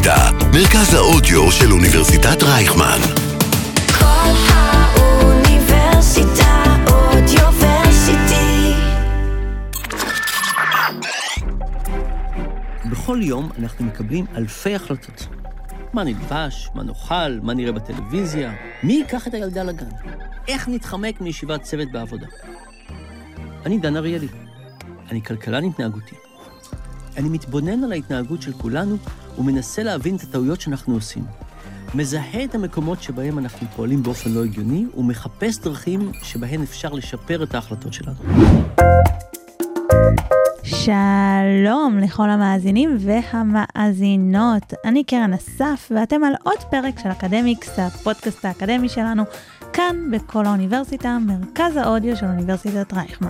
אוניברסיטה, מרכז האודיו של אוניברסיטת רייכמן. כל האוניברסיטה אודיוורסיטי. בכל יום אנחנו מקבלים אלפי החלטות. מה נלבש, מה נאכל, מה נראה בטלוויזיה, מי ייקח את הילדה לגן, איך נתחמק מישיבת צוות בעבודה. אני דן אריאלי, אני כלכלן התנהגותי. אני מתבונן על ההתנהגות של כולנו ומנסה להבין את הטעויות שאנחנו עושים. מזהה את המקומות שבהם אנחנו פועלים באופן לא הגיוני ומחפש דרכים שבהן אפשר לשפר את ההחלטות שלנו. שלום לכל המאזינים והמאזינות. אני קרן אסף ואתם על עוד פרק של אקדמיקס, הפודקאסט האקדמי שלנו, כאן בכל האוניברסיטה, מרכז האודיו של אוניברסיטת רייכמן.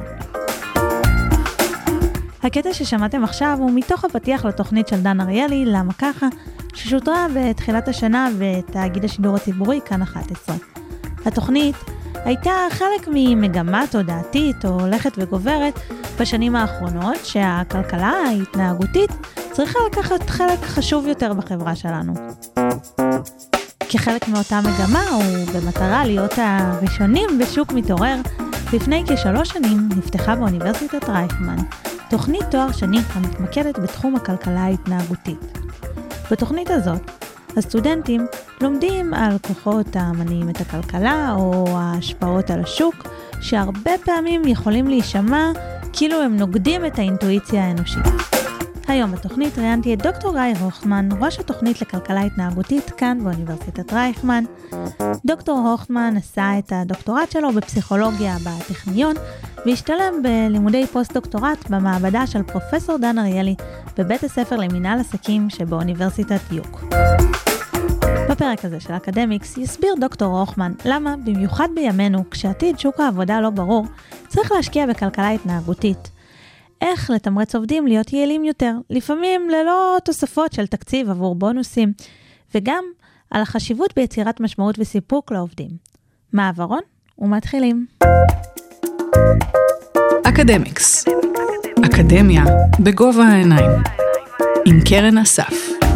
הקטע ששמעתם עכשיו הוא מתוך הפתיח לתוכנית של דן אריאלי, למה ככה, ששודרה בתחילת השנה בתאגיד השידור הציבורי כאן 11. התוכנית הייתה חלק ממגמה תודעתית או הולכת וגוברת בשנים האחרונות, שהכלכלה ההתנהגותית צריכה לקחת חלק חשוב יותר בחברה שלנו. כחלק מאותה מגמה, ובמטרה להיות הראשונים בשוק מתעורר, לפני כ3 שנים נפתחה באוניברסיטת רייכמן תוכנית תואר שני המתמקדת בתחום הכלכלה ההתנהגותית. בתוכנית הזאת, הסטודנטים לומדים על כוחות המניעים את הכלכלה או ההשפעות על השוק, שהרבה פעמים יכולים להישמע כאילו הם נוגדים את האינטואיציה האנושית. היום בתוכנית ראיינתי את דוקטור גיא הוכמן, ראש התוכנית לכלכלה התנהגותית כאן באוניברסיטת רייכמן. דוקטור הוכמן עשה את הדוקטורט שלו בפסיכולוגיה בטכניון, והשתלם בלימודי פוסט-דוקטורט במעבדה של פרופסור דן אריאלי בבית הספר למינהל עסקים שבאוניברסיטת דיוק. בפרק הזה של אקדמיקס יסביר דוקטור הוכמן למה במיוחד בימינו, כשעתיד שוק העבודה לא ברור, צריך להשקיע בכלכלה התנהגותית. איך לתמרץ עובדים להיות יעילים יותר, לפעמים ללא תוספות של תקציב עבור בונוסים, וגם על החשיבות ביצירת משמעות וסיפוק לעובדים. מעברון ומתחילים. אקדמיקס, אקדמיה בגובה העיניים, עם קרן אסף.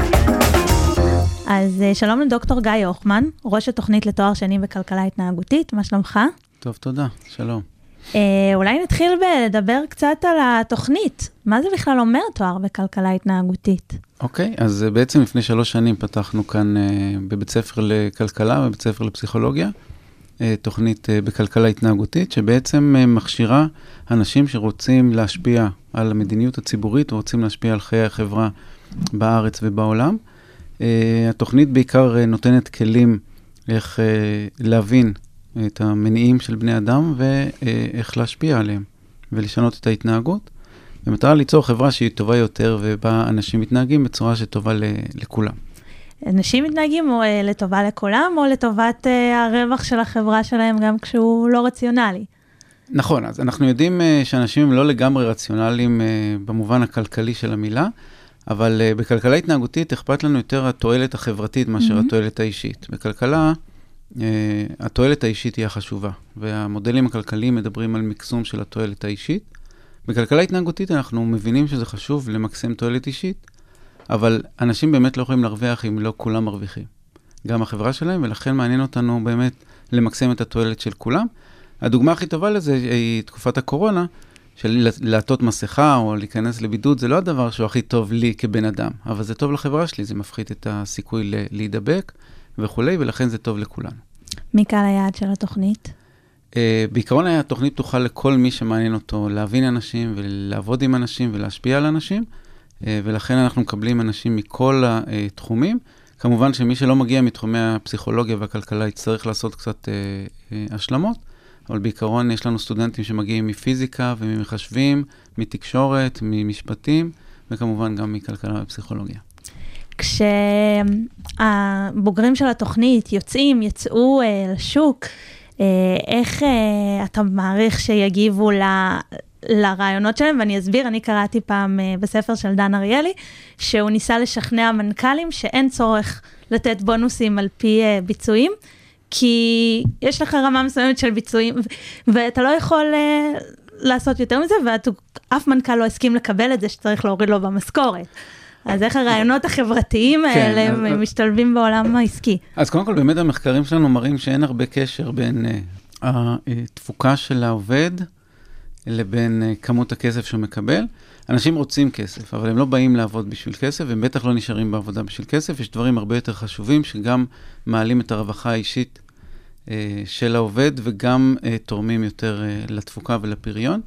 אז שלום לדוקטור גיא הוכמן, ראש התוכנית לתואר שני בכלכלה התנהגותית, מה שלומך? טוב, תודה, שלום. אולי נתחיל לדבר קצת על התוכנית. מה זה בכלל אומר תואר בכלכלה התנהגותית? אוקיי, אז בעצם לפני 3 שנים פתחנו כאן בבית ספר לכלכלה, בבית ספר לפסיכולוגיה, תוכנית בכלכלה התנהגותית, שבעצם מכשירה אנשים שרוצים להשפיע על המדיניות הציבורית, ורוצים להשפיע על חיי החברה בארץ ובעולם. התוכנית בעיקר נותנת כלים איך להבין את המניעים של בני אדם ואיך להשפיע עליהם ולשנות את ההתנהגות. במטרה ליצור חברה שהיא טובה יותר ובה אנשים מתנהגים בצורה שטובה לכולם. אנשים מתנהגים או לטובה לכולם או לטובת הרווח של החברה שלהם גם כשהוא לא רציונלי? נכון, אז אנחנו יודעים שאנשים הם לא לגמרי רציונליים במובן הכלכלי של המילה, אבל בכלכלה התנהגותית אכפת לנו יותר התועלת החברתית מאשר התועלת האישית. בכלכלה התועלת האישית היא החשובה, והמודלים הכלכליים מדברים על מקסום של התועלת האישית. בכלכלה התנהגותית אנחנו מבינים שזה חשוב למקסם תועלת אישית, אבל אנשים באמת לא יכולים להרוויח אם לא כולם מרוויחים. גם החברה שלהם, ולכן מעניין אותנו באמת למקסם את התועלת של כולם. הדוגמה הכי טובה לזה היא תקופת הקורונה, של לעטות מסכה או להיכנס לבידוד, זה לא הדבר שהוא הכי טוב לי כבן אדם, אבל זה טוב לחברה שלי, זה מפחית את הסיכוי להידבק וכולי, ולכן זה טוב לכולנו. מי קהל היעד של התוכנית? בעיקרון התוכנית תוכל לכל מי שמעניין אותו להבין אנשים ולעבוד עם אנשים ולהשפיע על אנשים, ולכן אנחנו מקבלים אנשים מכל התחומים. כמובן שמי שלא מגיע מתחומי הפסיכולוגיה והכלכלה יצטרך לעשות קצת השלמות, אבל בעיקרון יש לנו סטודנטים שמגיעים מפיזיקה וממחשבים, מתקשורת, ממשפטים, וכמובן גם מכלכלה ופסיכולוגיה. כשהבוגרים של התוכנית יצאו לשוק, איך אתה מעריך שיגיבו לרעיונות שלהם? ואני אסביר, אני קראתי פעם בספר של דן אריאלי, שהוא ניסה לשכנע מנכ"לים שאין צורך לתת בונוסים על פי ביצועים, כי יש לך רמה מסוימת של ביצועים, ואתה לא יכול לעשות יותר מזה, ואף מנכ"ל לא הסכים לקבל את זה שצריך להוריד לו במשכורת. אז איך הרעיונות החברתיים האלה משתלבים בעולם העסקי? אז קודם כל, באמת המחקרים שלנו מראים שאין הרבה קשר בין התפוקה של העובד לבין כמות הכסף שהוא מקבל. אנשים רוצים כסף, אבל הם לא באים לעבוד בשביל כסף, והם בטח לא נשארים בעבודה בשביל כסף. יש דברים הרבה יותר חשובים שגם מעלים את הרווחה האישית של העובד, וגם תורמים יותר לתפוקה ולפריון.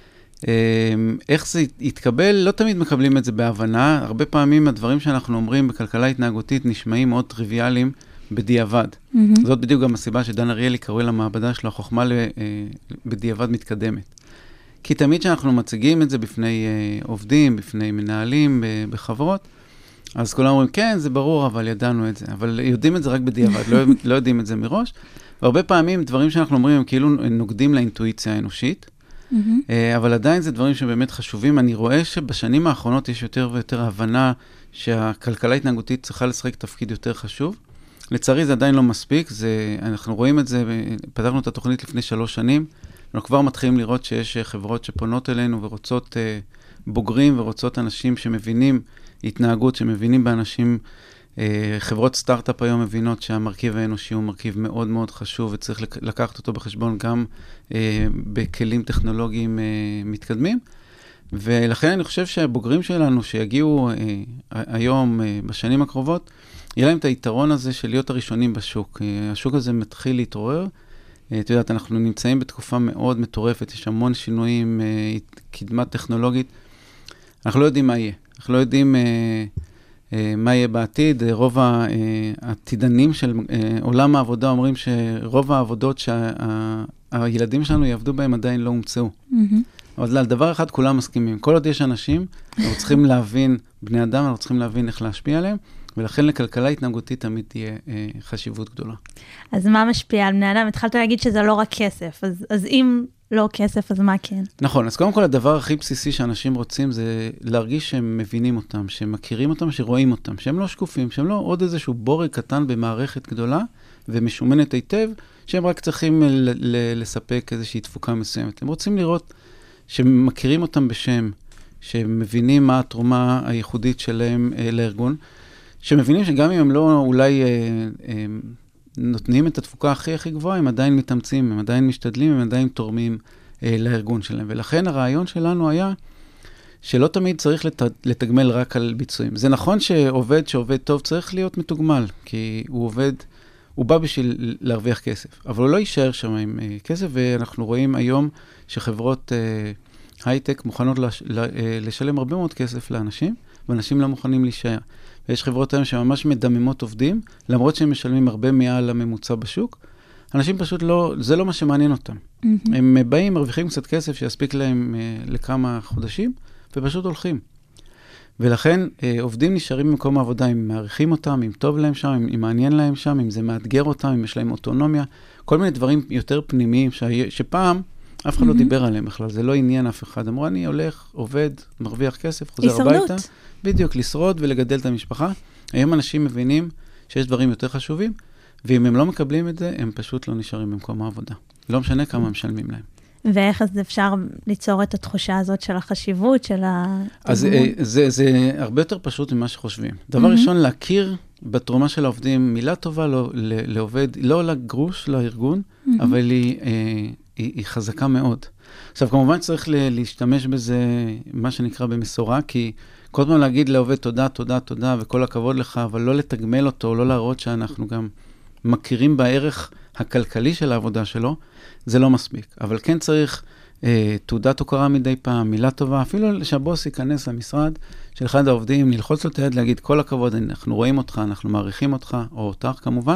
איך זה יתקבל? לא תמיד מקבלים את זה בהבנה. הרבה פעמים הדברים שאנחנו אומרים בכלכלה התנהגותית נשמעים מאוד טריוויאליים בדיעבד. זאת בדיוק גם הסיבה שדן אריאלי קרוי למעבדה שלו, החוכמה בדיעבד מתקדמת. כי תמיד שאנחנו מציגים את זה בפני עובדים, בפני מנהלים, בחברות, אז כולם אומרים, כן, זה ברור, אבל ידענו את זה. אבל יודעים את זה רק בדיעבד, לא יודעים את זה מראש. והרבה פעמים דברים שאנחנו אומרים הם כאילו נוגדים לאינטואיציה האנושית, אבל עדיין זה דברים שבאמת חשובים. אני רואה שבשנים האחרונות יש יותר ויותר הבנה שהכלכלה התנהגותית צריכה לשחק תפקיד יותר חשוב. לצערי זה עדיין לא מספיק, אנחנו רואים את זה, פתחנו את התוכנית לפני 3 שנים, אנחנו כבר מתחילים לראות שיש חברות שפונות אלינו ורוצות בוגרים ורוצות אנשים שמבינים התנהגות, שמבינים באנשים, חברות סטארט-אפ היום מבינות שהמרכיב האנושי הוא מרכיב מאוד מאוד חשוב וצריך לקחת אותו בחשבון גם בכלים טכנולוגיים מתקדמים. ולכן אני חושב שהבוגרים שלנו שיגיעו היום בשנים הקרובות, יהיה להם את היתרון הזה של להיות הראשונים בשוק. השוק הזה מתחיל להתעורר. את יודעת, אנחנו נמצאים בתקופה מאוד מטורפת, יש המון שינויים, קדמה טכנולוגית. אנחנו לא יודעים מה יהיה. אנחנו לא יודעים מה יהיה בעתיד. רוב העתידנים של עולם העבודה אומרים שרוב העבודות שהילדים שלנו יעבדו בהם עדיין לא הומצאו. אבל על דבר אחד כולם מסכימים. כל עוד יש אנשים, אנחנו צריכים להבין, בני אדם, אנחנו צריכים להבין איך להשפיע עליהם, ולכן לכלכלה התנהגותית תמיד תהיה חשיבות גדולה. אז מה משפיע על בני אדם? התחלת להגיד שזה לא רק כסף, אז אם לא כסף, אז מה כן? נכון, אז קודם כל הדבר הכי בסיסי שאנשים רוצים זה להרגיש שהם מבינים אותם, שהם מכירים אותם, שרואים אותם, שהם לא שקופים, שהם לא עוד איזשהו בורג קטן במערכת גדולה ומשומנת היטב, שהם רק צריכים לספק איזושהי תפוקה מסוימת. הם רוצים לראות שהם מכירים אותם בשם, שהם מבינים מה התרומה הייחודית שלהם לארגון, שמבינים שגם אם הם לא אולי נותנים את התפוקה הכי גבוהה, הם עדיין מתאמצים, הם עדיין משתדלים, הם עדיין תורמים לארגון שלהם. ולכן הרעיון שלנו היה שלא תמיד צריך לתגמל רק על ביצועים. זה נכון שעובד טוב צריך להיות מתוגמל, כי הוא בא בשביל להרוויח כסף, אבל הוא לא יישאר שם עם כסף, ואנחנו רואים היום שחברות הייטק מוכנות לשלם הרבה מאוד כסף לאנשים, ואנשים לא מוכנים להישאר. ויש חברות היום שממש מדממות עובדים, למרות שהם משלמים הרבה מעל הממוצע בשוק. אנשים פשוט לא, זה לא מה שמעניין אותם. הם באים, מרוויחים קצת כסף שיספיק להם לכמה חודשים, ופשוט הולכים. ולכן עובדים נשארים במקום העבודה, אם מעריכים אותם, אם טוב להם שם, אם מעניין להם שם, אם זה מאתגר אותם, אם יש להם אוטונומיה, כל מיני דברים יותר פנימיים שפעם אף אחד לא דיבר עליהם בכלל, זה לא עניין אף אחד. אמרו, אני הולך, עובד, מרוויח כסף, חוזר הביתה. בדיוק, לשרוד ולגדל את המשפחה. היום אנשים מבינים שיש דברים יותר חשובים, ואם הם לא מקבלים את זה, הם פשוט לא נשארים במקום העבודה. לא משנה כמה משלמים להם. ואיך אז אפשר ליצור את התחושה הזאת של החשיבות, של אז זה הרבה יותר פשוט ממה שחושבים. דבר ראשון, להכיר בתרומה של העובדים, מילה טובה לעובד, לא לגרוש, לארגון, אבל היא חזקה מאוד. עכשיו, כמובן צריך להשתמש בזה, מה שנקרא במסורה, כי כל פעם להגיד לעובד תודה, תודה, תודה, וכל הכבוד לך, אבל לא לתגמל אותו, לא להראות שאנחנו גם מכירים בערך הכלכלי של העבודה שלו, זה לא מספיק. אבל כן צריך תעודת הוקרה מדי פעם, מילה טובה, אפילו שהבוס ייכנס למשרד של אחד העובדים, ללחוץ לו את היד, להגיד כל הכבוד, אנחנו רואים אותך, אנחנו מעריכים אותך, או אותך כמובן.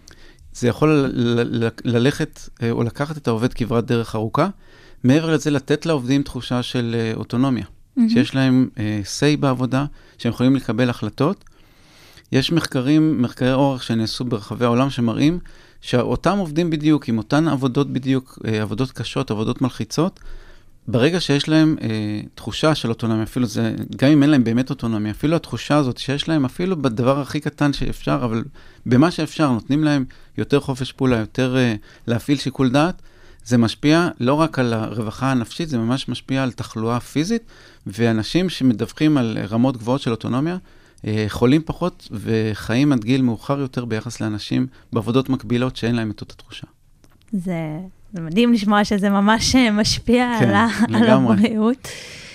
זה יכול ללכת או לקחת את העובד כברת דרך ארוכה, מעבר לזה לתת לעובדים תחושה של אוטונומיה, שיש להם say בעבודה, שהם יכולים לקבל החלטות. יש מחקרי אורח שנעשו ברחבי העולם שמראים שאותם עובדים בדיוק, עם אותן עבודות בדיוק, עבודות קשות, עבודות מלחיצות, ברגע שיש להם תחושה של אוטונומיה, אפילו זה, גם אם אין להם באמת אוטונומיה, אפילו התחושה הזאת שיש להם, אפילו בדבר הכי קטן שאפשר, אבל במה שאפשר, נותנים להם יותר חופש פעולה, יותר להפעיל שיקול דעת, זה משפיע לא רק על הרווחה הנפשית, זה ממש משפיע על תחלואה פיזית, ואנשים שמדווחים על רמות גבוהות של אוטונומיה, חולים פחות וחיים עד גיל מאוחר יותר ביחס לאנשים בעבודות מקבילות שאין להם את אותה תחושה. זה מדהים לשמוע שזה ממש משפיע על הבריאות.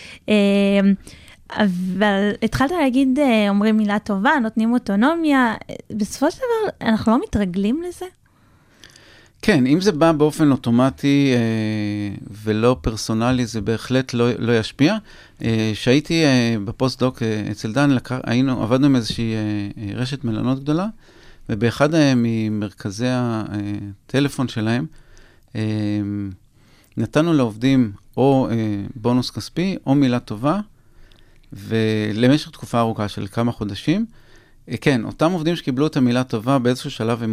אבל התחלת להגיד, אומרים מילה טובה, נותנים אוטונומיה, בסופו של דבר אנחנו לא מתרגלים לזה? כן, אם זה בא באופן אוטומטי ולא פרסונלי, זה בהחלט לא ישפיע. שהייתי בפוסט-דוק אצל דן, עבדנו עם איזושהי רשת מלונות גדולה, ובאחד ממרכזי הטלפון שלהם, נתנו לעובדים או בונוס כספי או מילה טובה, ולמשך תקופה ארוכה של כמה חודשים. כן, אותם עובדים שקיבלו את המילה טובה, באיזשהו שלב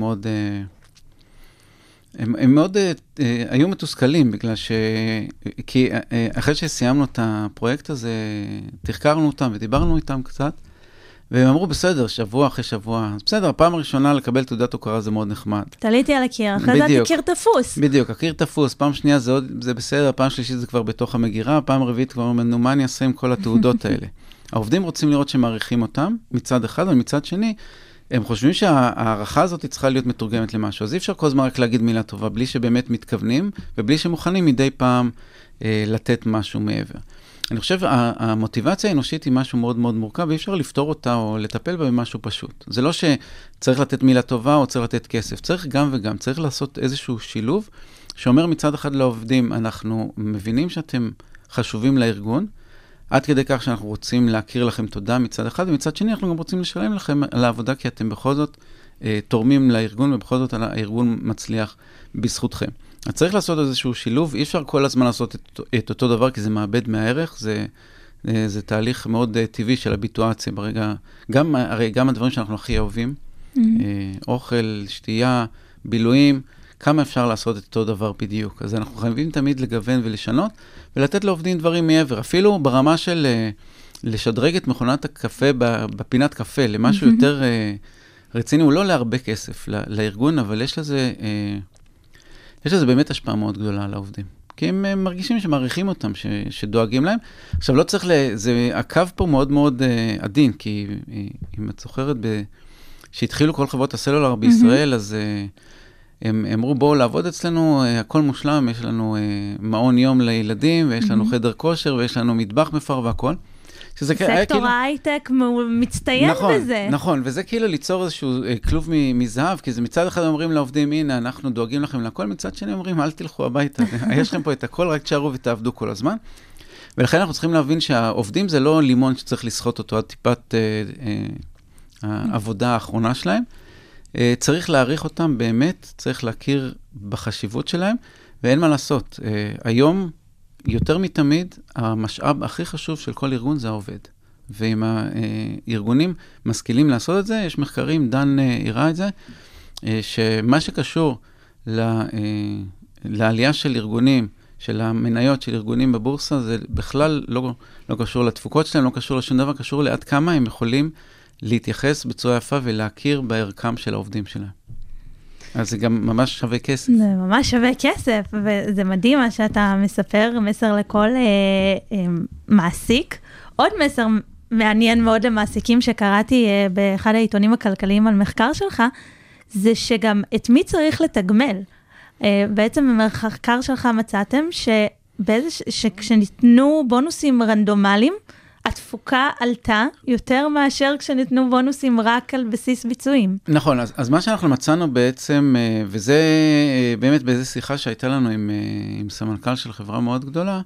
הם מאוד היו מתוסכלים, בגלל כי אחרי שסיימנו את הפרויקט הזה, תחקרנו אותם ודיברנו איתם קצת, והם אמרו, בסדר, שבוע אחרי שבוע, בסדר, הפעם הראשונה לקבל תעודת הוקרה זה מאוד נחמד. תליתי על הקיר, אחרי זה אתה קיר תפוס. בדיוק, הקיר תפוס, פעם שנייה זה בסדר, פעם שלישית זה כבר בתוך המגירה, פעם רביעית כבר אומרים, נו, מה אני אעשה עם כל התעודות האלה? העובדים רוצים לראות שמעריכים אותם, מצד אחד, ומצד שני, הם חושבים שהערכה הזאת צריכה להיות מתורגמת למשהו. אז אי אפשר כל הזמן רק להגיד מילה טובה, בלי שבאמת מתכוונים, ובלי שמוכנים מדי פעם לתת משהו מעבר. אני חושב, המוטיבציה האנושית היא משהו מאוד מאוד מורכב, ואי אפשר לפתור אותה או לטפל בה במשהו פשוט. זה לא שצריך לתת מילה טובה או צריך לתת כסף, צריך גם וגם, צריך לעשות איזשהו שילוב, שאומר מצד אחד לעובדים, אנחנו מבינים שאתם חשובים לארגון, עד כדי כך שאנחנו רוצים להכיר לכם תודה מצד אחד, ומצד שני אנחנו גם רוצים לשלם לכם על העבודה, כי אתם בכל זאת תורמים לארגון, ובכל זאת הארגון מצליח בזכותכם. אז צריך לעשות איזשהו שילוב, אי אפשר כל הזמן לעשות את אותו דבר, כי זה מאבד מהערך, זה תהליך מאוד טבעי של הביטואציה ברגע, הרי גם הדברים שאנחנו הכי אוהבים, אוכל, שתייה, בילויים, כמה אפשר לעשות את אותו דבר בדיוק. אז אנחנו חייבים תמיד לגוון ולשנות, ולתת לעובדים דברים מעבר. אפילו ברמה של לשדרג את מכונת הקפה בפינת קפה, למשהו יותר רציני, הוא לא להרבה כסף לארגון, אבל יש לזה באמת השפעה מאוד גדולה על העובדים. כי הם מרגישים שמעריכים אותם, שדואגים להם. עכשיו, לא צריך זה הקו פה מאוד מאוד עדין, כי אם את זוכרת, שהתחילו כל חברות הסלולר בישראל, אז הם אמרו, בואו לעבוד אצלנו, הכל מושלם, יש לנו מעון יום לילדים, ויש לנו חדר כושר, ויש לנו מטבח מפר והכל. סקטור ההייטק מצטיין בזה. נכון, וזה כאילו ליצור איזשהו כלוב מזהב, כי זה מצד אחד אומרים לעובדים, הנה, אנחנו דואגים לכם לכל, מצד שני אומרים, אל תלכו הביתה, יש לכם פה את הכל, רק תשארו ותעבדו כל הזמן. ולכן אנחנו צריכים להבין שהעובדים זה לא לימון שצריך לשחות אותו עד טיפת העבודה האחרונה שלהם. צריך להעריך אותם באמת, צריך להכיר בחשיבות שלהם, ואין מה לעשות. היום, יותר מתמיד, המשאב הכי חשוב של כל ארגון זה העובד. ואם הארגונים משכילים לעשות את זה, יש מחקרים, דן הראה את זה, שמה שקשור לעלייה של ארגונים, של המניות של ארגונים בבורסה, זה בכלל לא קשור לתפוקות שלהם, לא קשור לשום דבר, קשור לעד כמה הם יכולים להתייחס בצורה יפה ולהכיר בערכם של העובדים שלהם. אז זה גם ממש שווה כסף. זה ממש שווה כסף, וזה מדהים מה שאתה מספר, מסר לכל מעסיק. עוד מסר מעניין מאוד למעסיקים שקראתי באחד העיתונים הכלכליים על מחקר שלך, זה שגם את מי צריך לתגמל. בעצם במחקר שלך מצאתם שכשניתנו בונוסים רנדומליים, התפוקה עלתה יותר מאשר כשניתנו בונוסים רק על בסיס ביצועים. נכון, אז מה שאנחנו מצאנו בעצם, וזה באמת באיזו שיחה שהייתה לנו עם סמנכ"ל של חברה מאוד גדולה,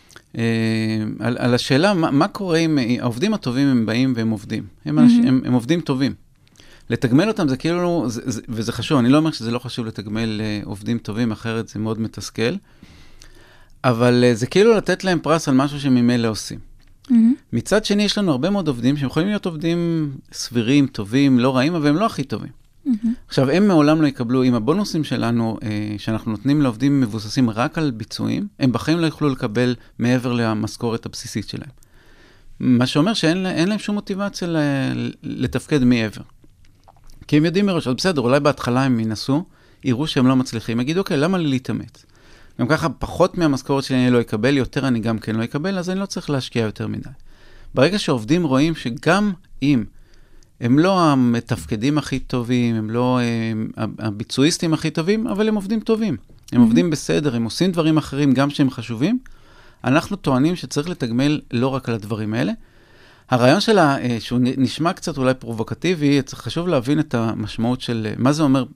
על השאלה מה קורה עם העובדים הטובים הם באים והם עובדים. הם עובדים טובים. לתגמל אותם זה כאילו, וזה חשוב, אני לא אומר שזה לא חשוב לתגמל עובדים טובים, אחרת זה מאוד מתסכל, אבל זה כאילו לתת להם פרס על משהו שממילא עושים. מצד שני, יש לנו הרבה מאוד עובדים שהם יכולים להיות עובדים סבירים, טובים, לא רעים, אבל הם לא הכי טובים. עכשיו, הם מעולם לא יקבלו, עם הבונוסים שלנו, שאנחנו נותנים לעובדים מבוססים רק על ביצועים, הם בחיים לא יוכלו לקבל מעבר למשכורת הבסיסית שלהם. מה שאומר שאין להם שום מוטיבציה לתפקד מעבר. כי הם יודעים מראש, אז בסדר, אולי בהתחלה הם ינסו, יראו שהם לא מצליחים, יגידו, אוקיי, למה לי להתאמץ? גם ככה פחות מהמשכורת שלי אני לא אקבל, יותר אני גם כן לא אקבל, אז אני לא צריך להשקיע יותר מדי. ברגע שעובדים רואים שגם אם הם לא המתפקדים הכי טובים, הם לא הביצועיסטים הכי טובים, אבל הם עובדים טובים. הם עובדים בסדר, הם עושים דברים אחרים גם שהם חשובים. אנחנו טוענים שצריך לתגמל לא רק על הדברים האלה. הרעיון שלה, שהוא נשמע קצת אולי פרובוקטיבי, חשוב להבין את המשמעות של מה זה אומר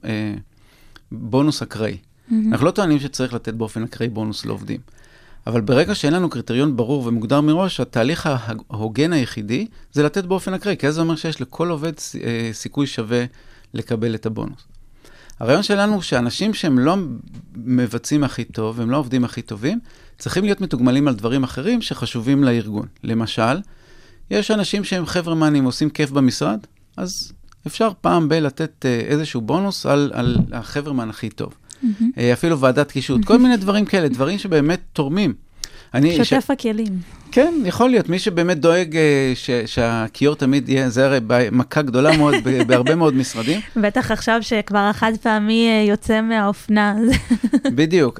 בונוס אקראי. אנחנו לא טוענים שצריך לתת באופן אקראי בונוס לעובדים. אבל ברגע שאין לנו קריטריון ברור ומוגדר מראש, התהליך ההוגן היחידי זה לתת באופן אקראי, כי זה אומר שיש לכל עובד סיכוי שווה לקבל את הבונוס. הרעיון שלנו הוא שאנשים שהם לא מבצעים הכי טוב, הם לא עובדים הכי טובים, צריכים להיות מתוגמלים על דברים אחרים שחשובים לארגון. למשל, יש אנשים שהם חברמנים, עושים כיף במשרד, אז אפשר פעם לתת איזשהו בונוס על החברמן הכי טוב. אפילו ועדת קישוט, כל מיני דברים כאלה, דברים שבאמת תורמים. שוטף הכלים. כן, יכול להיות, מי שבאמת דואג שהכיור תמיד יהיה, זה הרי מכה גדולה מאוד, בהרבה מאוד משרדים. בטח עכשיו שכבר החד פעמי יוצא מהאופנה. בדיוק,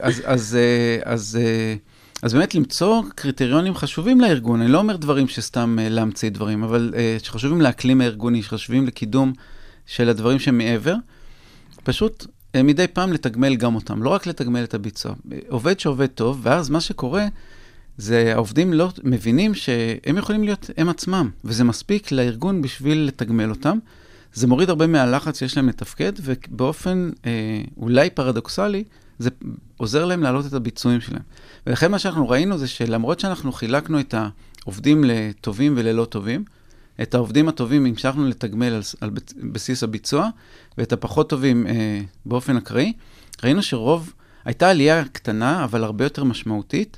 אז באמת למצוא קריטריונים חשובים לארגון, אני לא אומר דברים שסתם להמציא דברים, אבל שחשובים לאקלים הארגוני, שחשובים לקידום של הדברים שמעבר, פשוט מדי פעם לתגמל גם אותם, לא רק לתגמל את הביצוע. עובד שעובד טוב, ואז מה שקורה, זה העובדים לא מבינים שהם יכולים להיות הם עצמם, וזה מספיק לארגון בשביל לתגמל אותם. זה מוריד הרבה מהלחץ שיש להם לתפקד, ובאופן אולי פרדוקסלי, זה עוזר להם להעלות את הביצועים שלהם. ולכן מה שאנחנו ראינו זה שלמרות שאנחנו חילקנו את העובדים לטובים וללא טובים, את העובדים הטובים המשכנו לתגמל על בסיס הביצוע, ואת הפחות טובים באופן אקראי. ראינו שרוב, הייתה עלייה קטנה, אבל הרבה יותר משמעותית,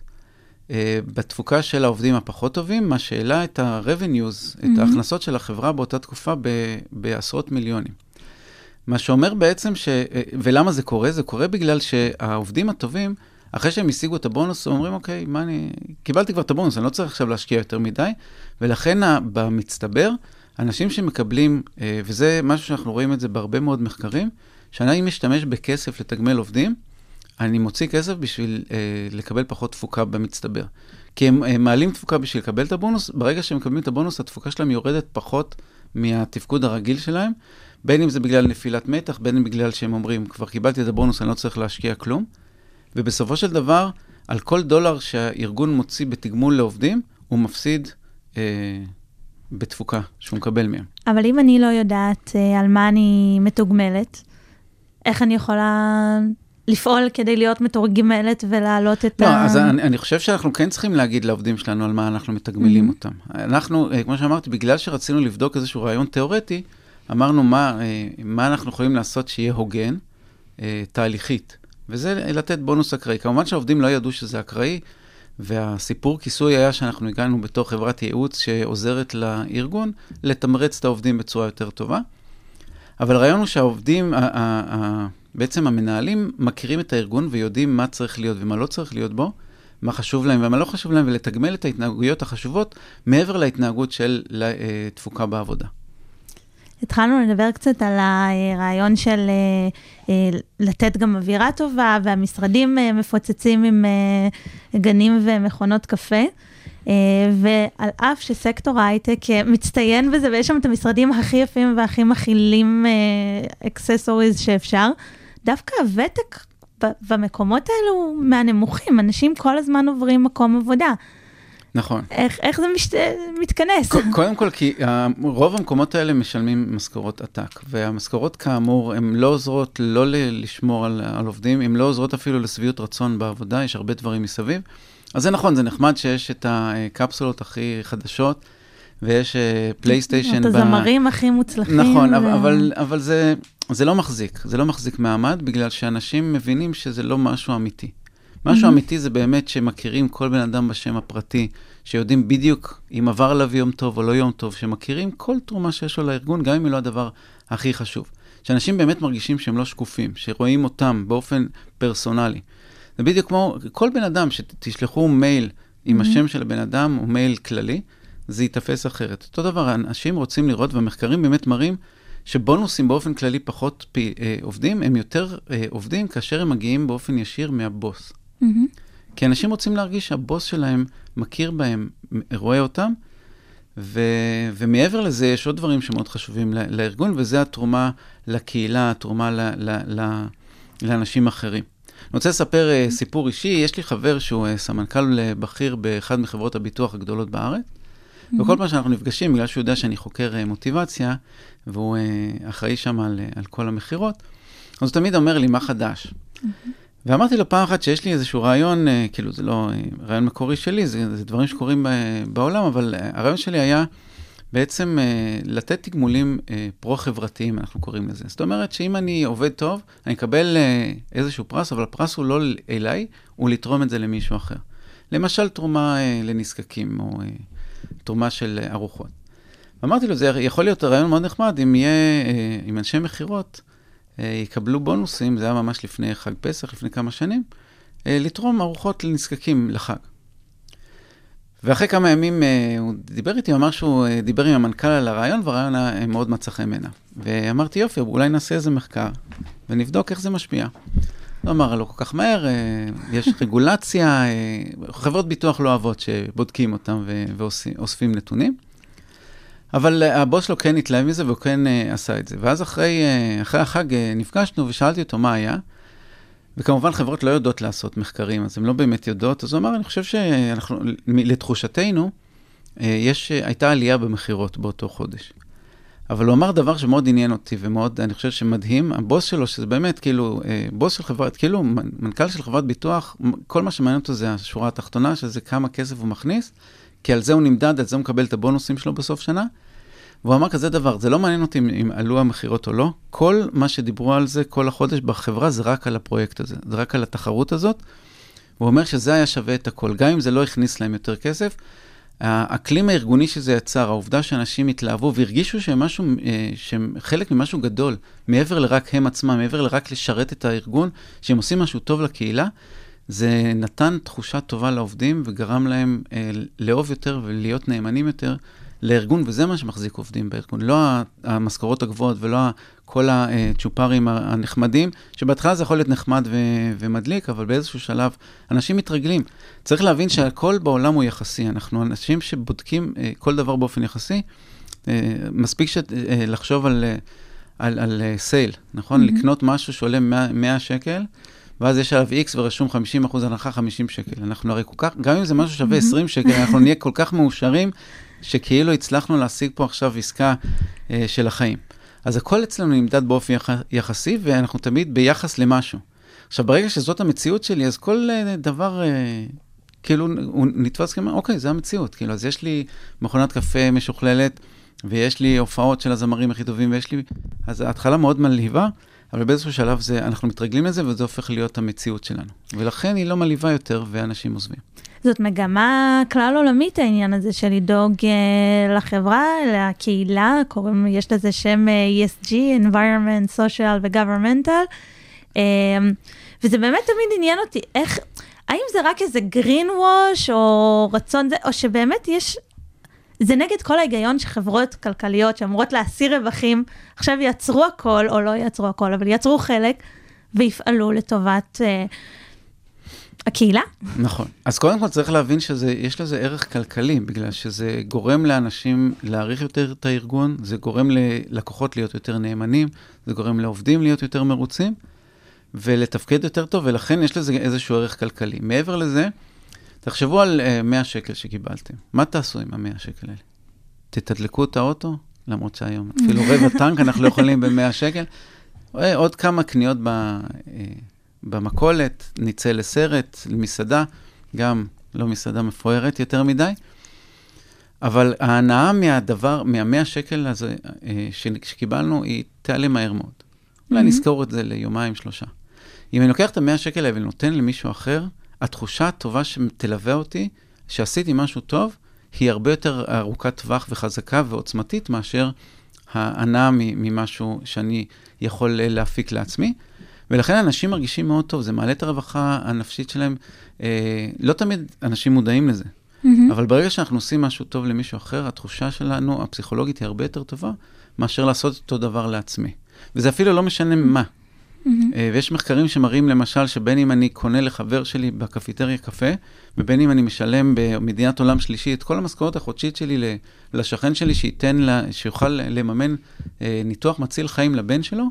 בתפוקה של העובדים הפחות טובים, מה שהעלה את ה-revenues, את ההכנסות של החברה באותה תקופה בעשרות מיליונים. מה שאומר בעצם ולמה זה קורה? זה קורה בגלל שהעובדים הטובים, אחרי שהם השיגו את הבונוס, אומרים, אוקיי, קיבלתי כבר את הבונוס, אני לא צריך עכשיו להשקיע יותר מדי, ולכן במצטבר, אנשים שמקבלים, וזה משהו שאנחנו רואים את זה בהרבה מאוד מחקרים, שאני משתמש בכסף לתגמל עובדים, אני מוציא כסף בשביל לקבל פחות תפוקה במצטבר. כי הם מעלים תפוקה בשביל לקבל את הבונוס, ברגע שהם מקבלים את הבונוס, התפוקה שלהם יורדת פחות מהתפקוד הרגיל שלהם, בין אם זה בגלל נפילת מתח, בין אם בגלל שהם אומרים, כבר קיבלתי את הבונוס, אני לא צריך להשקיע כלום. ובסופו של דבר, על כל דולר שהארגון מוציא בתגמול לעובדים, הוא מפסיד בתפוקה שהוא מקבל מהם. אבל אם אני לא יודעת על מה אני מתוגמלת, איך אני יכולה לפעול כדי להיות מתורגמלת ולהעלות את לא, אז אני חושב שאנחנו כן צריכים להגיד לעובדים שלנו על מה אנחנו מתגמלים אותם. אנחנו, כמו שאמרתי, בגלל שרצינו לבדוק איזשהו רעיון תיאורטי, אמרנו מה אנחנו יכולים לעשות שיהיה הוגן, תהליכית. וזה לתת בונוס אקראי. כמובן שהעובדים לא ידעו שזה אקראי, והסיפור כיסוי היה שאנחנו הגענו בתור חברת ייעוץ שעוזרת לארגון לתמרץ את העובדים בצורה יותר טובה. אבל הרעיון הוא שהעובדים, בעצם המנהלים מכירים את הארגון ויודעים מה צריך להיות ומה לא צריך להיות בו, מה חשוב להם ומה לא חשוב להם, ולתגמל את ההתנהגויות החשובות מעבר להתנהגות של תפוקה בעבודה. התחלנו לדבר קצת על הרעיון של לתת גם אווירה טובה, והמשרדים מפוצצים עם גנים ומכונות קפה, ועל אף שסקטור ההייטק מצטיין בזה, ויש שם את המשרדים הכי יפים והכי מכילים אקססוריז שאפשר, דווקא הוותק במקומות האלו מהנמוכים, אנשים כל הזמן עוברים מקום עבודה. נכון. איך זה מתכנס? קודם כל, כי רוב המקומות האלה משלמים משכורות עתק, והמשכורות כאמור, הן לא עוזרות לא לשמור על עובדים, הן לא עוזרות אפילו לשביעות רצון בעבודה, יש הרבה דברים מסביב. אז זה נכון, זה נחמד שיש את הקפסולות הכי חדשות, ויש פלייסטיישן. את הזמרים הכי מוצלחים. נכון, אבל זה לא מחזיק, זה לא מחזיק מעמד, בגלל שאנשים מבינים שזה לא משהו אמיתי. משהו אמיתי זה באמת שמכירים כל בן אדם בשם הפרטי, שיודעים בדיוק אם עבר עליו יום טוב או לא יום טוב, שמכירים כל תרומה שיש לו לארגון, גם אם היא לא הדבר הכי חשוב. שאנשים באמת מרגישים שהם לא שקופים, שרואים אותם באופן פרסונלי. זה בדיוק כמו כל בן אדם שתשלחו מייל עם השם של הבן אדם, או מייל כללי, זה יתפס אחרת. אותו דבר, אנשים רוצים לראות, והמחקרים באמת מראים שבונוסים באופן כללי פחות עובדים, הם יותר עובדים כאשר הם מגיעים באופן ישיר מהבוס. כי אנשים רוצים להרגיש שהבוס שלהם מכיר בהם, רואה אותם, ומעבר לזה יש עוד דברים שמאוד חשובים לארגון, וזה התרומה לקהילה, התרומה לאנשים אחרים. אני רוצה לספר סיפור אישי. יש לי חבר שהוא סמנכ"ל בכיר באחד מחברות הביטוח הגדולות בארץ, וכל פעם שאנחנו נפגשים, בגלל שהוא יודע שאני חוקר מוטיבציה, והוא אחראי שם על כל המחירות, אז הוא תמיד אומר לי, מה חדש? ואמרתי לו פעם אחת שיש לי איזשהו רעיון, כאילו זה לא רעיון מקורי שלי, זה דברים שקורים בעולם, אבל הרעיון שלי היה בעצם לתת תגמולים פרו-חברתיים, אנחנו קוראים לזה. זאת אומרת שאם אני עובד טוב, אני אקבל איזשהו פרס, אבל הפרס הוא לא אליי, הוא לתרום את זה למישהו אחר. למשל תרומה לנזקקים, או תרומה של ארוחות. ואמרתי לו, זה יכול להיות רעיון מאוד נחמד, אם אנשי מחירות יקבלו בונוסים, זה היה ממש לפני חג פסח, לפני כמה שנים, לתרום ארוחות לנזקקים לחג. ואחרי כמה ימים הוא דיבר איתי, הוא אמר שהוא דיבר עם המנכ"ל על הרעיון, והרעיון מאוד מצא חן בעיניו. ואמרתי, יופי, אולי נעשה איזה מחקר, ונבדוק איך זה משפיע. הוא אמר, לא כל כך מהר, יש רגולציה, חברות ביטוח לא אוהבות שבודקים אותם ואוספים נתונים. אבל הבוס שלו כן התלהב מזה, והוא כן עשה את זה. ואז אחרי החג נפגשנו ושאלתי אותו מה היה, וכמובן חברות לא יודעות לעשות מחקרים, אז הן לא באמת יודעות. אז הוא אמר, אני חושב שאנחנו, לתחושתנו, הייתה עלייה במחירות באותו חודש. אבל הוא אמר דבר שמאוד עניין אותי, ומאוד, אני חושב שמדהים, הבוס שלו, שזה באמת כאילו, בוס של חברת, כאילו מנכ"ל של חברת ביטוח, כל מה שמעניין אותו זה השורה התחתונה, שזה כמה כסף הוא מכניס, כי על זה הוא נמדד, על זה הוא מקבל את הבונוסים שלו בסוף שנה, והוא אמר כזה דבר, זה לא מעניין אותי אם עלו המחירות או לא, כל מה שדיברו על זה, כל החודש בחברה, זה רק על הפרויקט הזה, זה רק על התחרות הזאת, הוא אומר שזה היה שווה את הכל, גם אם זה לא הכניס להם יותר כסף, האקלים הארגוני שזה יצר, העובדה שאנשים התלהבו והרגישו שהם חלק ממשהו גדול, מעבר לרק הם עצמם, מעבר לרק לשרת את הארגון, שהם עושים משהו טוב לקהילה, זה נתן תחושה טובה לעובדים וגרם להם לאהוב יותר ולהיות נאמנים יותר לארגון, וזה מה שמחזיק עובדים בארגון, לא המשכורות הגבוהות ולא כל הצ'ופרים הנחמדים, שבהתחלה זה יכול להיות נחמד ומדליק, אבל באיזשהו שלב אנשים מתרגלים. צריך להבין שהכל בעולם הוא יחסי, אנחנו אנשים שבודקים כל דבר באופן יחסי, מספיק לחשוב על סייל, נכון? לקנות משהו שעולה 100 שקל, ואז יש עליו X ורשום 50% הנחה 50 שקל. אנחנו הרי כל כך, גם אם זה משהו שווה 20 שקל, אנחנו נהיה כל כך מאושרים, שכאילו הצלחנו להשיג פה עכשיו עסקה של החיים. אז הכל אצלנו נמדד באופן יחסי, ואנחנו תמיד ביחס למשהו. עכשיו, ברגע שזאת המציאות שלי, אז כל דבר, כאילו, הוא נתפס כמו, אוקיי, זה המציאות. כאילו, אז יש לי מכונת קפה משוכללת, ויש לי הופעות של הזמרים הכי טובים, אז ההתחלה מאוד מלהיבה, אבל באיזשהו שלב אנחנו מתרגלים לזה, וזה הופך להיות המציאות שלנו. ולכן היא לא מלהיבה יותר, ואנשים עוזבים. זאת מגמה כלל עולמית, העניין הזה של לדאוג לחברה, לקהילה, יש לזה שם ESG, Environment, Social ו-Governmental, וזה באמת תמיד עניין אותי, האם זה רק איזה greenwash, או רצון זה, או שבאמת זה נגד כל ההיגיון שחברות כלכליות שאמורות להסיר רווחים, עכשיו יצרו הכל, או לא יצרו הכל, אבל יצרו חלק, ויפעלו לטובת הקהילה. נכון. אז קודם כל צריך להבין שיש לזה ערך כלכלי, בגלל שזה גורם לאנשים להעריך יותר את הארגון, זה גורם ללקוחות להיות יותר נאמנים, זה גורם לעובדים להיות יותר מרוצים, ולתפקד יותר טוב, ולכן יש לזה איזשהו ערך כלכלי. מעבר לזה, תחשבו על 100 שקל שקיבלתם. מה תעשו עם ה100 שקל האלה? תתדלקו את האוטו? למרות שהיום אפילו רבע טנק אנחנו לא יכולים ב100 שקל. עוד כמה קניות במקולת, ניצא לסרט, למסעדה, גם לא מסעדה מפוארת יותר מדי. אבל ההנאה מה100 שקל הזה שקיבלנו, היא תעלה מהר מאוד. אולי נזכור את זה ליומיים, 3. אם אני לוקח את ה100 שקל האלה ונותן למישהו אחר, התחושה הטובה שתלווה אותי, שעשיתי משהו טוב, היא הרבה יותר ארוכת טווח וחזקה ועוצמתית, מאשר ההנאה ממשהו שאני יכול להפיק לעצמי. ולכן אנשים מרגישים מאוד טוב, זה מעלה את הרווחה הנפשית שלהם. לא תמיד אנשים מודעים לזה. אבל ברגע שאנחנו עושים משהו טוב למישהו אחר, התחושה שלנו, הפסיכולוגית, היא הרבה יותר טובה, מאשר לעשות אותו דבר לעצמי. וזה אפילו לא משנה מה. ויש מחקרים שמראים למשל שבין אם אני קונה לחבר שלי בקפיטריה קפה, ובין אם אני משלם במדינת עולם שלישי את כל המשכורת החודשית שלי לשכן שלי, שיוכל לממן ניתוח מציל חיים לבן שלו,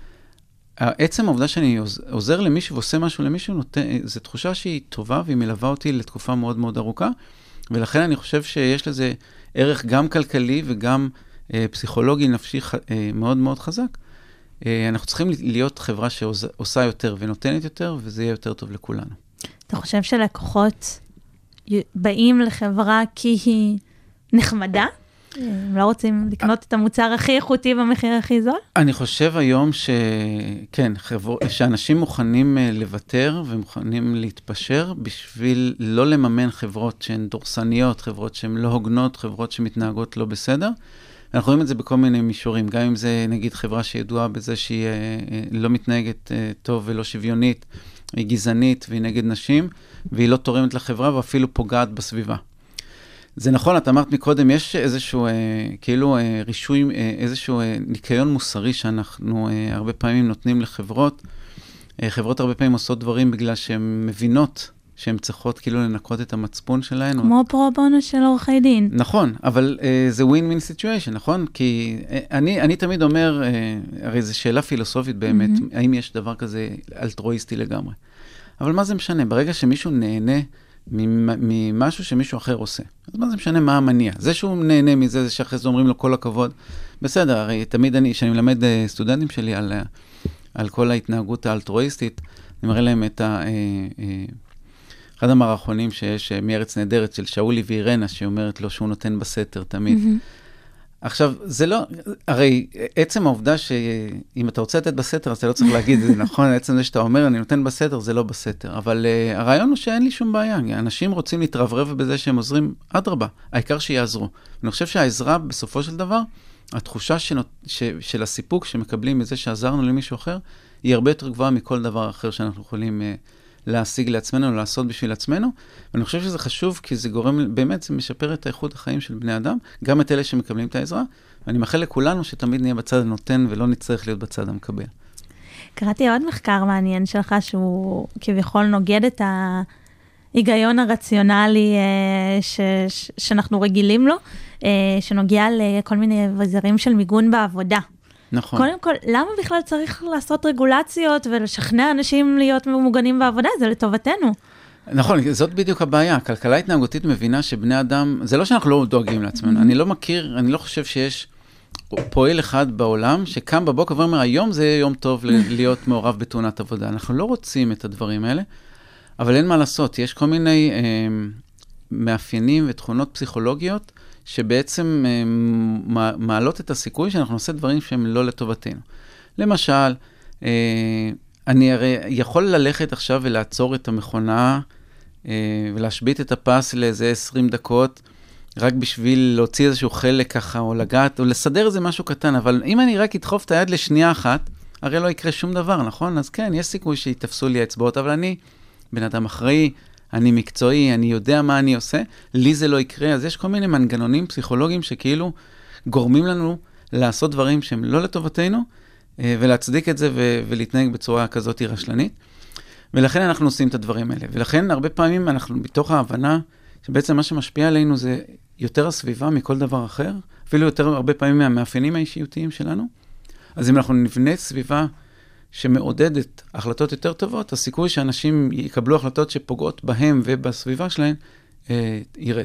עצם העובדה שאני עוזר למישהו ועושה משהו למישהו, זו תחושה שהיא טובה והיא מלווה אותי לתקופה מאוד מאוד ארוכה, ולכן אני חושב שיש לזה ערך גם כלכלי וגם פסיכולוגי נפשי מאוד מאוד חזק. אנחנו צריכים להיות חברה שעושה יותר ונותנת יותר, וזה יהיה יותר טוב לכולנו. אתה חושב שלקוחות באים לחברה כי היא נחמדה? הם לא רוצים לקנות את המוצר הכי איכותי במחיר הכי זול? אני חושב היום שכן, שאנשים מוכנים לוותר ומוכנים להתפשר בשביל לא לממן חברות שהן דורסניות, חברות שהן לא הוגנות, חברות שמתנהגות לא בסדר. אנחנו רואים את זה בכל מיני מישורים, גם אם זה נגיד חברה שידועה בזה שהיא לא מתנהגת טוב ולא שוויונית, היא גזענית והיא נגד נשים, והיא לא תורמת לחברה ואפילו פוגעת בסביבה. זה נכון, את אמרת מקודם, יש איזשהו כאילו רישוי, איזשהו ניקיון מוסרי שאנחנו הרבה פעמים נותנים לחברות. חברות הרבה פעמים עושות דברים בגלל שהן מבינות שהן צריכות כאילו לנקות את המצפון שלהן. כמו פרו-בונו של עורכי דין. נכון, אבל זה win-win situation, נכון? כי אני תמיד אומר, הרי זו שאלה פילוסופית באמת, האם יש דבר כזה אלטרואיסטי לגמרי. אבל מה זה משנה? ברגע שמישהו נהנה ממשהו שמישהו אחר עושה. אז מה זה משנה מה המניע? זה שהוא נהנה מזה, זה שאחרי זה אומרים לו כל הכבוד. בסדר, הרי תמיד כשאני מלמד סטודנטים שלי על כל ההתנהגות האלטרואיסטית, אני מראה להם את אחד המערכונים שיש מארץ נהדרת של שאולי ואירנה, שאומרת לו שהוא נותן בסתר תמיד. עכשיו, זה לא, הרי עצם העובדה שאם אתה רוצה לתת בסתר, אז אתה לא צריך להגיד את זה, נכון? עצם זה שאתה אומר, אני נותן בסתר, זה לא בסתר. אבל הרעיון הוא שאין לי שום בעיה. אנשים רוצים להתרברב בזה שהם עוזרים אדרבה. העיקר שיעזרו. אני חושב שהעזרה, בסופו של דבר, התחושה של הסיפוק שמקבלים מזה שעזרנו למישהו אחר, היא הרבה יותר גבוהה מכל דבר אחר שאנחנו יכולים להשיג לעצמנו, לעשות בשביל עצמנו. ואני חושב שזה חשוב, כי זה גורם, באמת זה משפר את האיכות החיים של בני אדם, גם את אלה שמקבלים את העזרה, ואני מאחל לכולנו שתמיד נהיה בצד הנותן, ולא נצטרך להיות בצד המקבל. קראתי עוד מחקר מעניין שלך, שהוא כביכול נוגד את ההיגיון הרציונלי שאנחנו רגילים לו, שנוגע לכל מיני אביזרים של מיגון בעבודה. נכון. קודם כל, למה בכלל צריך לעשות רגולציות ולשכנע אנשים להיות מוגנים בעבודה? זה לטובתנו. נכון, זאת בדיוק הבעיה. הכלכלה התנהגותית מבינה שבני אדם, זה לא שאנחנו לא דואגים לעצמנו. אני לא חושב שיש פועל אחד בעולם שקם בבוקר ואומר, היום זה יום טוב להיות מעורב בתאונת עבודה. אנחנו לא רוצים את הדברים האלה, אבל אין מה לעשות. יש כל מיני מאפיינים ותכונות פסיכולוגיות שבעצם מעלות את הסיכוי שאנחנו נעשה דברים שהם לא לטובתנו. למשל, אני הרי יכול ללכת עכשיו ולעצור את המכונה ולהשבית את הפס לאיזה 20 דקות, רק בשביל להוציא איזשהו חלק ככה, או לגעת, או לסדר איזה משהו קטן, אבל אם אני רק אדחוף את היד לשנייה אחת, הרי לא יקרה שום דבר, נכון? אז כן, יש סיכוי שיתפסו לי האצבעות, אבל אני בן אדם אחראי, אני מקצועי, אני יודע מה אני עושה, לי זה לא יקרה, אז יש כל מיני מנגנונים פסיכולוגיים שכאילו גורמים לנו לעשות דברים שהם לא לטובתנו, ולהצדיק את זה ולהתנהג בצורה כזאת רשלנית, ולכן אנחנו עושים את הדברים האלה, ולכן הרבה פעמים אנחנו בתוך ההבנה שבעצם מה שמשפיע עלינו זה יותר הסביבה מכל דבר אחר, אפילו יותר הרבה פעמים מהמאפיינים האישיותיים שלנו, אז אם אנחנו נבנה סביבה שמעודדת החלטות יותר טובות, הסיכוי שאנשים יקבלו החלטות שפוגעות בהם ובסביבה שלהם ירד.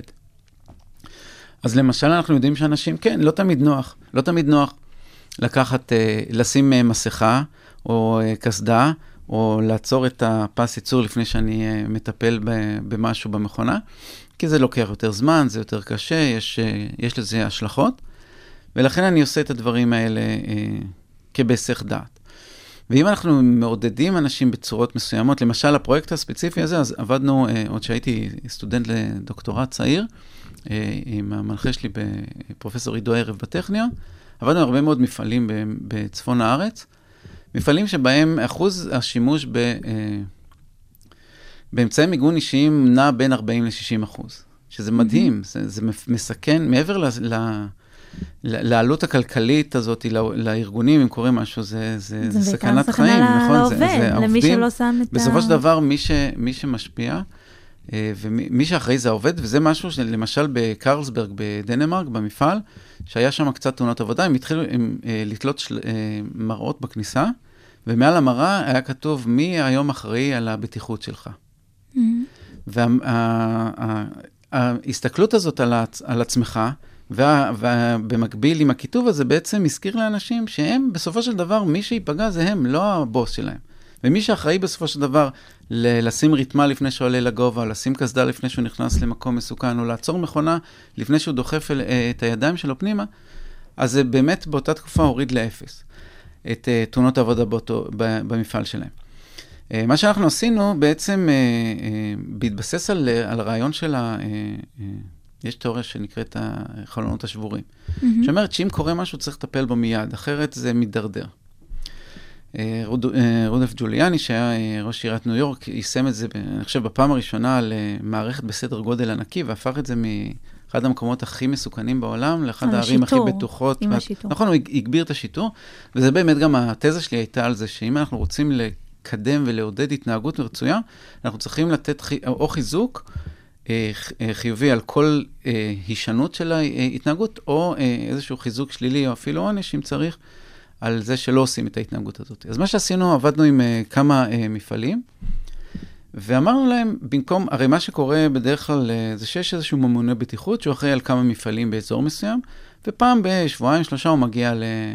אז למשל אנחנו יודעים שאנשים, כן, לא תמיד נוח לקחת, לשים מסכה או כסדה, או לעצור את הפס ייצור לפני שאני מטפל במשהו במכונה, כי זה לוקח יותר זמן, זה יותר קשה, יש לזה השלכות, ולכן אני עושה את הדברים האלה כבהיסח דעת. ואם אנחנו מעודדים אנשים בצורות מסוימות, למשל הפרויקט הספציפי הזה, אז עבדנו, עוד שהייתי סטודנט לדוקטורט צעיר, עם המנחה שלי בפרופסור עידו ערב בטכניון, עבדנו הרבה מאוד מפעלים בצפון הארץ, מפעלים שבהם אחוז השימוש באמצעי מיגון אישיים נע בין 40 ל-60%, שזה מדהים, זה מסכן, מעבר לעלות הכלכלית הזאת, לארגונים, אם קורה משהו, זה סכנת חיים, נכון? זה למי שלא שם את בסופו של דבר, מי שמשפיע, ומי שאחראי זה העובד, וזה משהו שלמשל בקרלסברג, בדנמרק, במפעל, שהיה שם קצת תאונות עבודה, הם התחילו לתלות מראות בכניסה, ומעל המראה היה כתוב, מי היום אחראי על הבטיחות שלך. וההסתכלות הזאת על עצמך, ובמקביל עם הכיתוב הזה בעצם הזכיר לאנשים שהם בסופו של דבר, מי שיפגע זה הם, לא הבוס שלהם. ומי שאחראי בסופו של דבר לשים ריתמה לפני שהוא עולה לגובה, לשים קסדה לפני שהוא נכנס למקום מסוכן, או לעצור מכונה לפני שהוא דוחף את הידיים שלו פנימה, אז זה באמת באותה תקופה הוריד לאפס את תאונות העבודה במפעל שלהם. מה שאנחנו עשינו בעצם בהתבסס על הרעיון של יש תיאוריה שנקראת החלונות השבורים, שאומרת שאם קורה משהו צריך לטפל בו מיד, אחרת זה מתדרדר. רודולף ג'וליאני, שהיה ראש עיריית ניו יורק, יישם את זה, אני חושב, בפעם הראשונה למערכת בסדר גודל ענקי, והפך את זה מאחד המקומות הכי מסוכנים בעולם, לאחד הערים הכי בטוחות. עם השיטור. נכון, הוא הגביר את השיטור, וזה באמת גם התזה שלי הייתה על זה, שאם אנחנו רוצים לקדם ולעודד התנהגות רצויה, אנחנו צריכים לתת או חיזוק חיובי על כל הישנות של ההתנהגות, או איזשהו חיזוק שלילי, או אפילו עונש, אם צריך, על זה שלא עושים את ההתנהגות הזאת. אז מה שעשינו, עבדנו עם כמה מפעלים, ואמרנו להם, במקום, הרי מה שקורה בדרך כלל, זה שיש איזשהו ממונה בטיחות, שהוא אחראי על כמה מפעלים באזור מסוים, ופעם בשבועיים, 3 הוא מגיע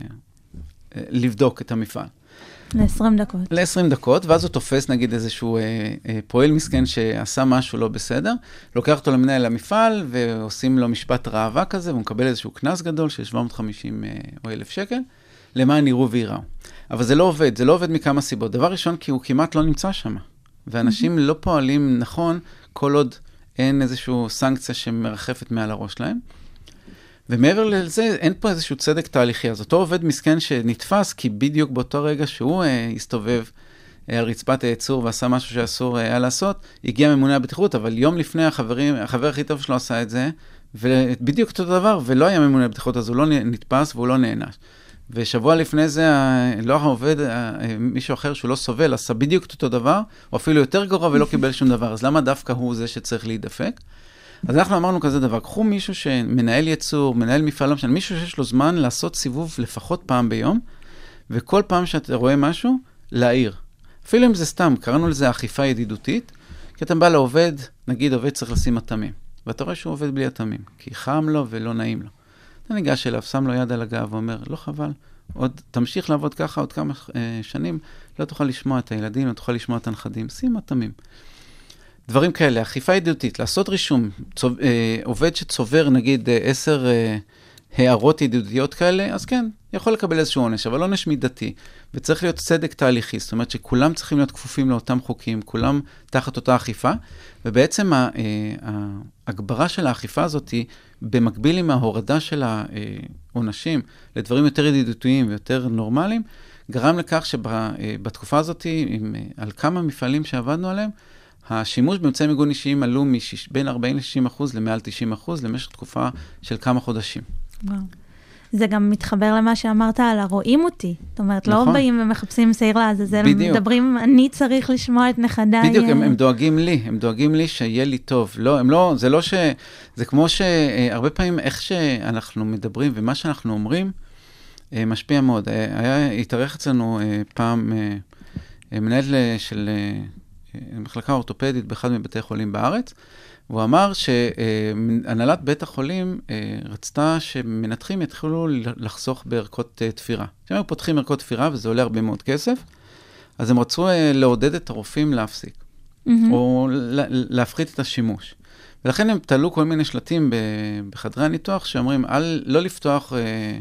לבדוק את המפעל. ל-20 דקות. ל-20 דקות, ואז הוא תופס, נגיד, איזשהו פועל מסכן שעשה משהו לא בסדר, לוקח אותו למנהל המפעל, ועושים לו משפט ראווה כזה, והוא מקבל איזשהו קנס גדול של 750 או 1,000 שקל, למען יראו ויראו. אבל זה לא עובד, זה לא עובד מכמה סיבות. דבר ראשון, כי הוא כמעט לא נמצא שם, ואנשים לא פועלים נכון, כל עוד אין איזושהי סנקציה שמרחפת מעל הראש שלהם. ומעבר לזה, אין פה איזשהו צדק תהליכי. אז אותו עובד מסכן שנתפס, כי בדיוק באותו רגע שהוא הסתובב על רצפת הייצור ועשה משהו שאסור היה לעשות, הגיע ממונה הבטיחות, אבל יום לפני החבר הכי טוב שלו עשה את זה, ובדיוק אותו דבר, ולא היה ממונה הבטיחות, אז הוא לא נתפס והוא לא נענש. ושבוע לפני זה, לא העובד, מישהו אחר שהוא לא סובל, עשה בדיוק אותו דבר, או אפילו יותר גרוע ולא קיבל שום דבר. אז למה דווקא הוא זה שצריך להידפק? אז אנחנו אמרנו כזה דבר, קחו מישהו שמנהל ייצור, מנהל מפעל, מישהו שיש לו זמן לעשות סיבוב לפחות פעם ביום, וכל פעם שאתה רואה משהו, להעיר. אפילו אם זה סתם, קראנו לזה אכיפה ידידותית, כי אתה בא לעובד, נגיד עובד צריך לשים אטמים, ואתה רואה שהוא עובד בלי אטמים, כי חם לו ולא נעים לו. אתה ניגש אליו, שם לו יד על הגב ואומר, לא חבל, עוד תמשיך לעבוד ככה עוד כמה שנים, לא תוכל לשמוע את הילדים, לא תוכל לשמוע את הנכדים, שים אטמים. דברים כאלה, אכיפה ידידותית, לעשות רישום, עובד שצובר נגיד 10 הערות ידידותיות כאלה, אז כן, יכול לקבל איזשהו עונש, אבל עונש מידתי, וצריך להיות צדק תהליכי, זאת אומרת שכולם צריכים להיות כפופים לאותם חוקים, כולם תחת אותה אכיפה, ובעצם ההגברה של האכיפה הזאת היא, במקביל עם ההורדה של העונשים לדברים יותר ידידותיים ויותר נורמליים, גרם לכך שבתקופה הזאת, על כמה מפעלים שעבדנו עליהם, השימוש באמצעי מיגון אישיים עלו בין 40-60% למעל 90% למשך תקופה של כמה חודשים. וואו. זה גם מתחבר למה שאמרת על הרואים אותי. זאת אומרת, נכון. לא באים ומחפשים שעיר לעזאזל, מדברים, אני צריך לשמוע את נכדיי. בדיוק, הם דואגים לי שיהיה לי טוב. לא, זה לא זה כמו שהרבה פעמים איך שאנחנו מדברים ומה שאנחנו אומרים, משפיע מאוד. התארח אצלנו פעם מנהל של מחלקה אורתופדית באחד מבתי חולים בארץ, והוא אמר שהנהלת בית החולים רצתה שמנתחים יתחילו לחסוך בערכות תפירה. כשהם פותחים ערכות תפירה, וזה עולה הרבה מאוד כסף, אז הם רצו לעודד את הרופאים להפסיק, או להפחית את השימוש. ולכן הם תלו כל מיני שלטים בחדרי הניתוח, שאומרים, לא לפתוח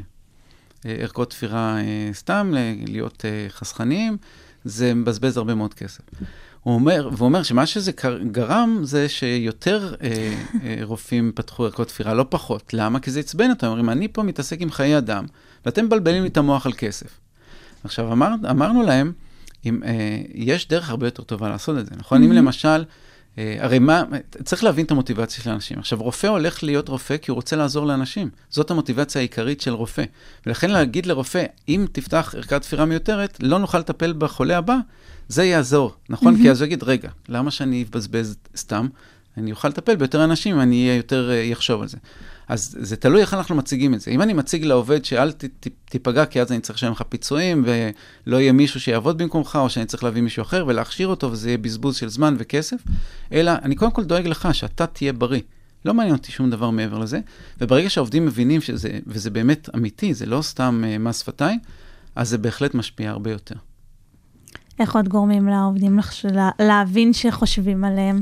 ערכות תפירה סתם, להיות חסכניים, זה מבזבז הרבה מאוד כסף. הוא אומר שמה שזה גרם זה שיותר רופאים פתחו ערכות תפירה, לא פחות. למה? כי זה עצבן אותם. אומרים, אני פה מתעסק עם חיי אדם, ואתם מבלבלים לי את המוח על כסף. עכשיו, אמרנו להם, יש דרך הרבה יותר טובה לעשות את זה. נכון? אם למשל, הרי צריך להבין את המוטיבציה של האנשים. עכשיו, רופא הולך להיות רופא כי הוא רוצה לעזור לאנשים. זאת המוטיבציה העיקרית של רופא. ולכן להגיד לרופא, אם תפתח ערכת תפירה מיותרת, לא נוכל לטפל בחולה הבא, זה יעזור, נכון? כי אז הוא יגיד, רגע, למה שאני אבזבז סתם? אני אוכל לטפל ביותר אנשים, אני אהיה יותר יחשוב על זה. אז זה תלוי איך אנחנו מציגים את זה. אם אני מציג לעובד שאל תיפגע, כי אז אני צריך לשלם לך פיצויים, ולא יהיה מישהו שיעבוד במקומך, או שאני צריך להביא מישהו אחר ולהכשיר אותו, וזה יהיה בזבוז של זמן וכסף, אלא אני קודם כל דואג לך שאתה תהיה בריא. לא מעניין אותי שום דבר מעבר לזה, וברגע שהעובדים מבינים שזה, וזה באמת אמיתי, זה לא סתם מס שפתיים, אז זה בהחלט משפיע הרבה יותר. איך עוד גורמים לעובדים להבין שחושבים עליהם?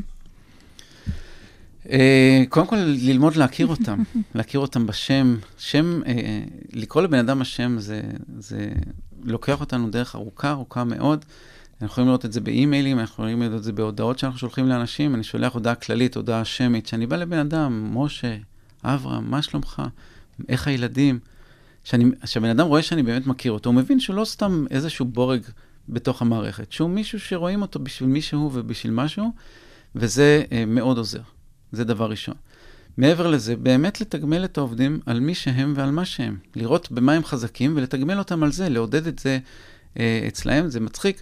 קודם כל, ללמוד להכיר אותם. להכיר אותם בשם. לקרוא לבן אדם השם, זה לוקח אותנו דרך ארוכה מאוד. אנחנו יכולים לראות את זה באימיילים, אנחנו יכולים לראות את זה בהודעות שאנחנו שולחים לאנשים. אני שולח הודעה כללית, הודעה שמית, שאני בא לבן אדם, משה, אברהם, מה שלומך? איך הילדים? שהבן אדם רואה שאני באמת מכיר אותו, הוא מבין שהוא לא סתם איזשהו בורג בתוך המערכת, שהוא מישהו שרואים אותו בשביל מישהו ובשביל משהו, וזה מאוד עוזר. זה דבר ראשון. מעבר לזה, באמת לתגמל את העובדים על מי שהם ועל מה שהם. לראות במה הם חזקים ולתגמל אותם על זה, לעודד את זה אצלהם. זה מצחיק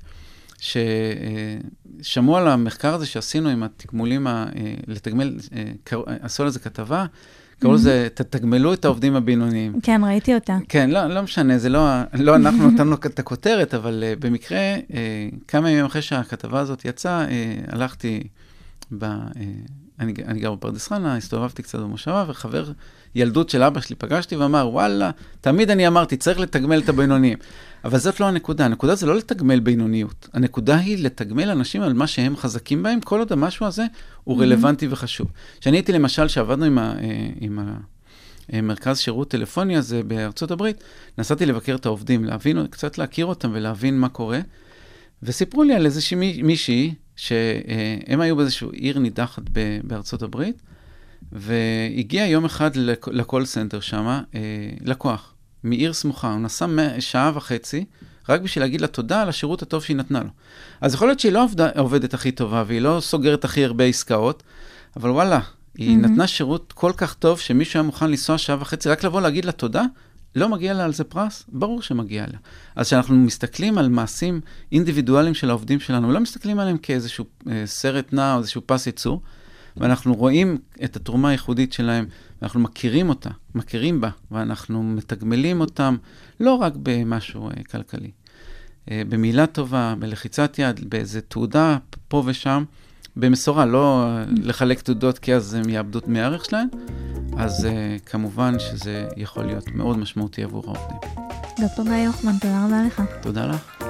ששמעו על המחקר הזה שעשינו עם התגמולים, לתגמל, עשו לזה כתבה, קראו לזה, תתגמלו את העובדים הבינוניים. כן, ראיתי אותה. כן, לא משנה, זה לא אנחנו נתנו את הכותרת, אבל במקרה, כמה ימים אחרי שהכתבה הזאת יצאה, הלכתי אני גר בפרדס חנה, הסתובבתי קצת במושבה, וחבר ילדות של אבא שלי פגשתי ואמר, וואלה, תמיד אני אמרתי, צריך לתגמל את הבינוניים. אבל זאת לא הנקודה. הנקודה זה לא לתגמל בינוניות. הנקודה היא לתגמל אנשים על מה שהם חזקים בהם, כל עוד המשהו הזה הוא רלוונטי וחשוב. כשאני הייתי למשל, שעבדנו עם המרכז שירות טלפוני הזה בארצות הברית, נסעתי לבקר את העובדים, קצת להכיר אותם ולהבין מה קורה, וסיפרו לי על איזושהי מישהי, שהם היו באיזשהו עיר נידחת בארצות הברית, והגיע יום אחד לקול סנטר שם, לקוח, מעיר סמוכה, הוא נסע 1.5 שעה, רק בשביל להגיד לה תודה על השירות הטוב שהיא נתנה לו. אז יכול להיות שהיא לא עובדת הכי טובה, והיא לא סוגרת הכי הרבה עסקאות, אבל וואלה, היא נתנה שירות כל כך טוב, שמישהו היה מוכן לנסוע 1.5 שעה, רק לבוא להגיד לה תודה, לא מגיע לה על זה פרס? ברור שמגיע לה. אז כשאנחנו מסתכלים על מעשים אינדיבידואליים של העובדים שלנו, לא מסתכלים עליהם כאיזשהו סרט נע או איזשהו פס ייצור, ואנחנו רואים את התרומה הייחודית שלהם, ואנחנו מכירים בה, ואנחנו מתגמלים אותם, לא רק במשהו כלכלי. במילה טובה, בלחיצת יד, באיזו תעודה פה ושם, במסורה, לא לחלק תעודות כי אז הם יאבדו מהערך שלהם, אז כמובן שזה יכול להיות מאוד משמעותי עבור העובדים. דוקטור גיא הוכמן, תודה רבה לך. תודה לך.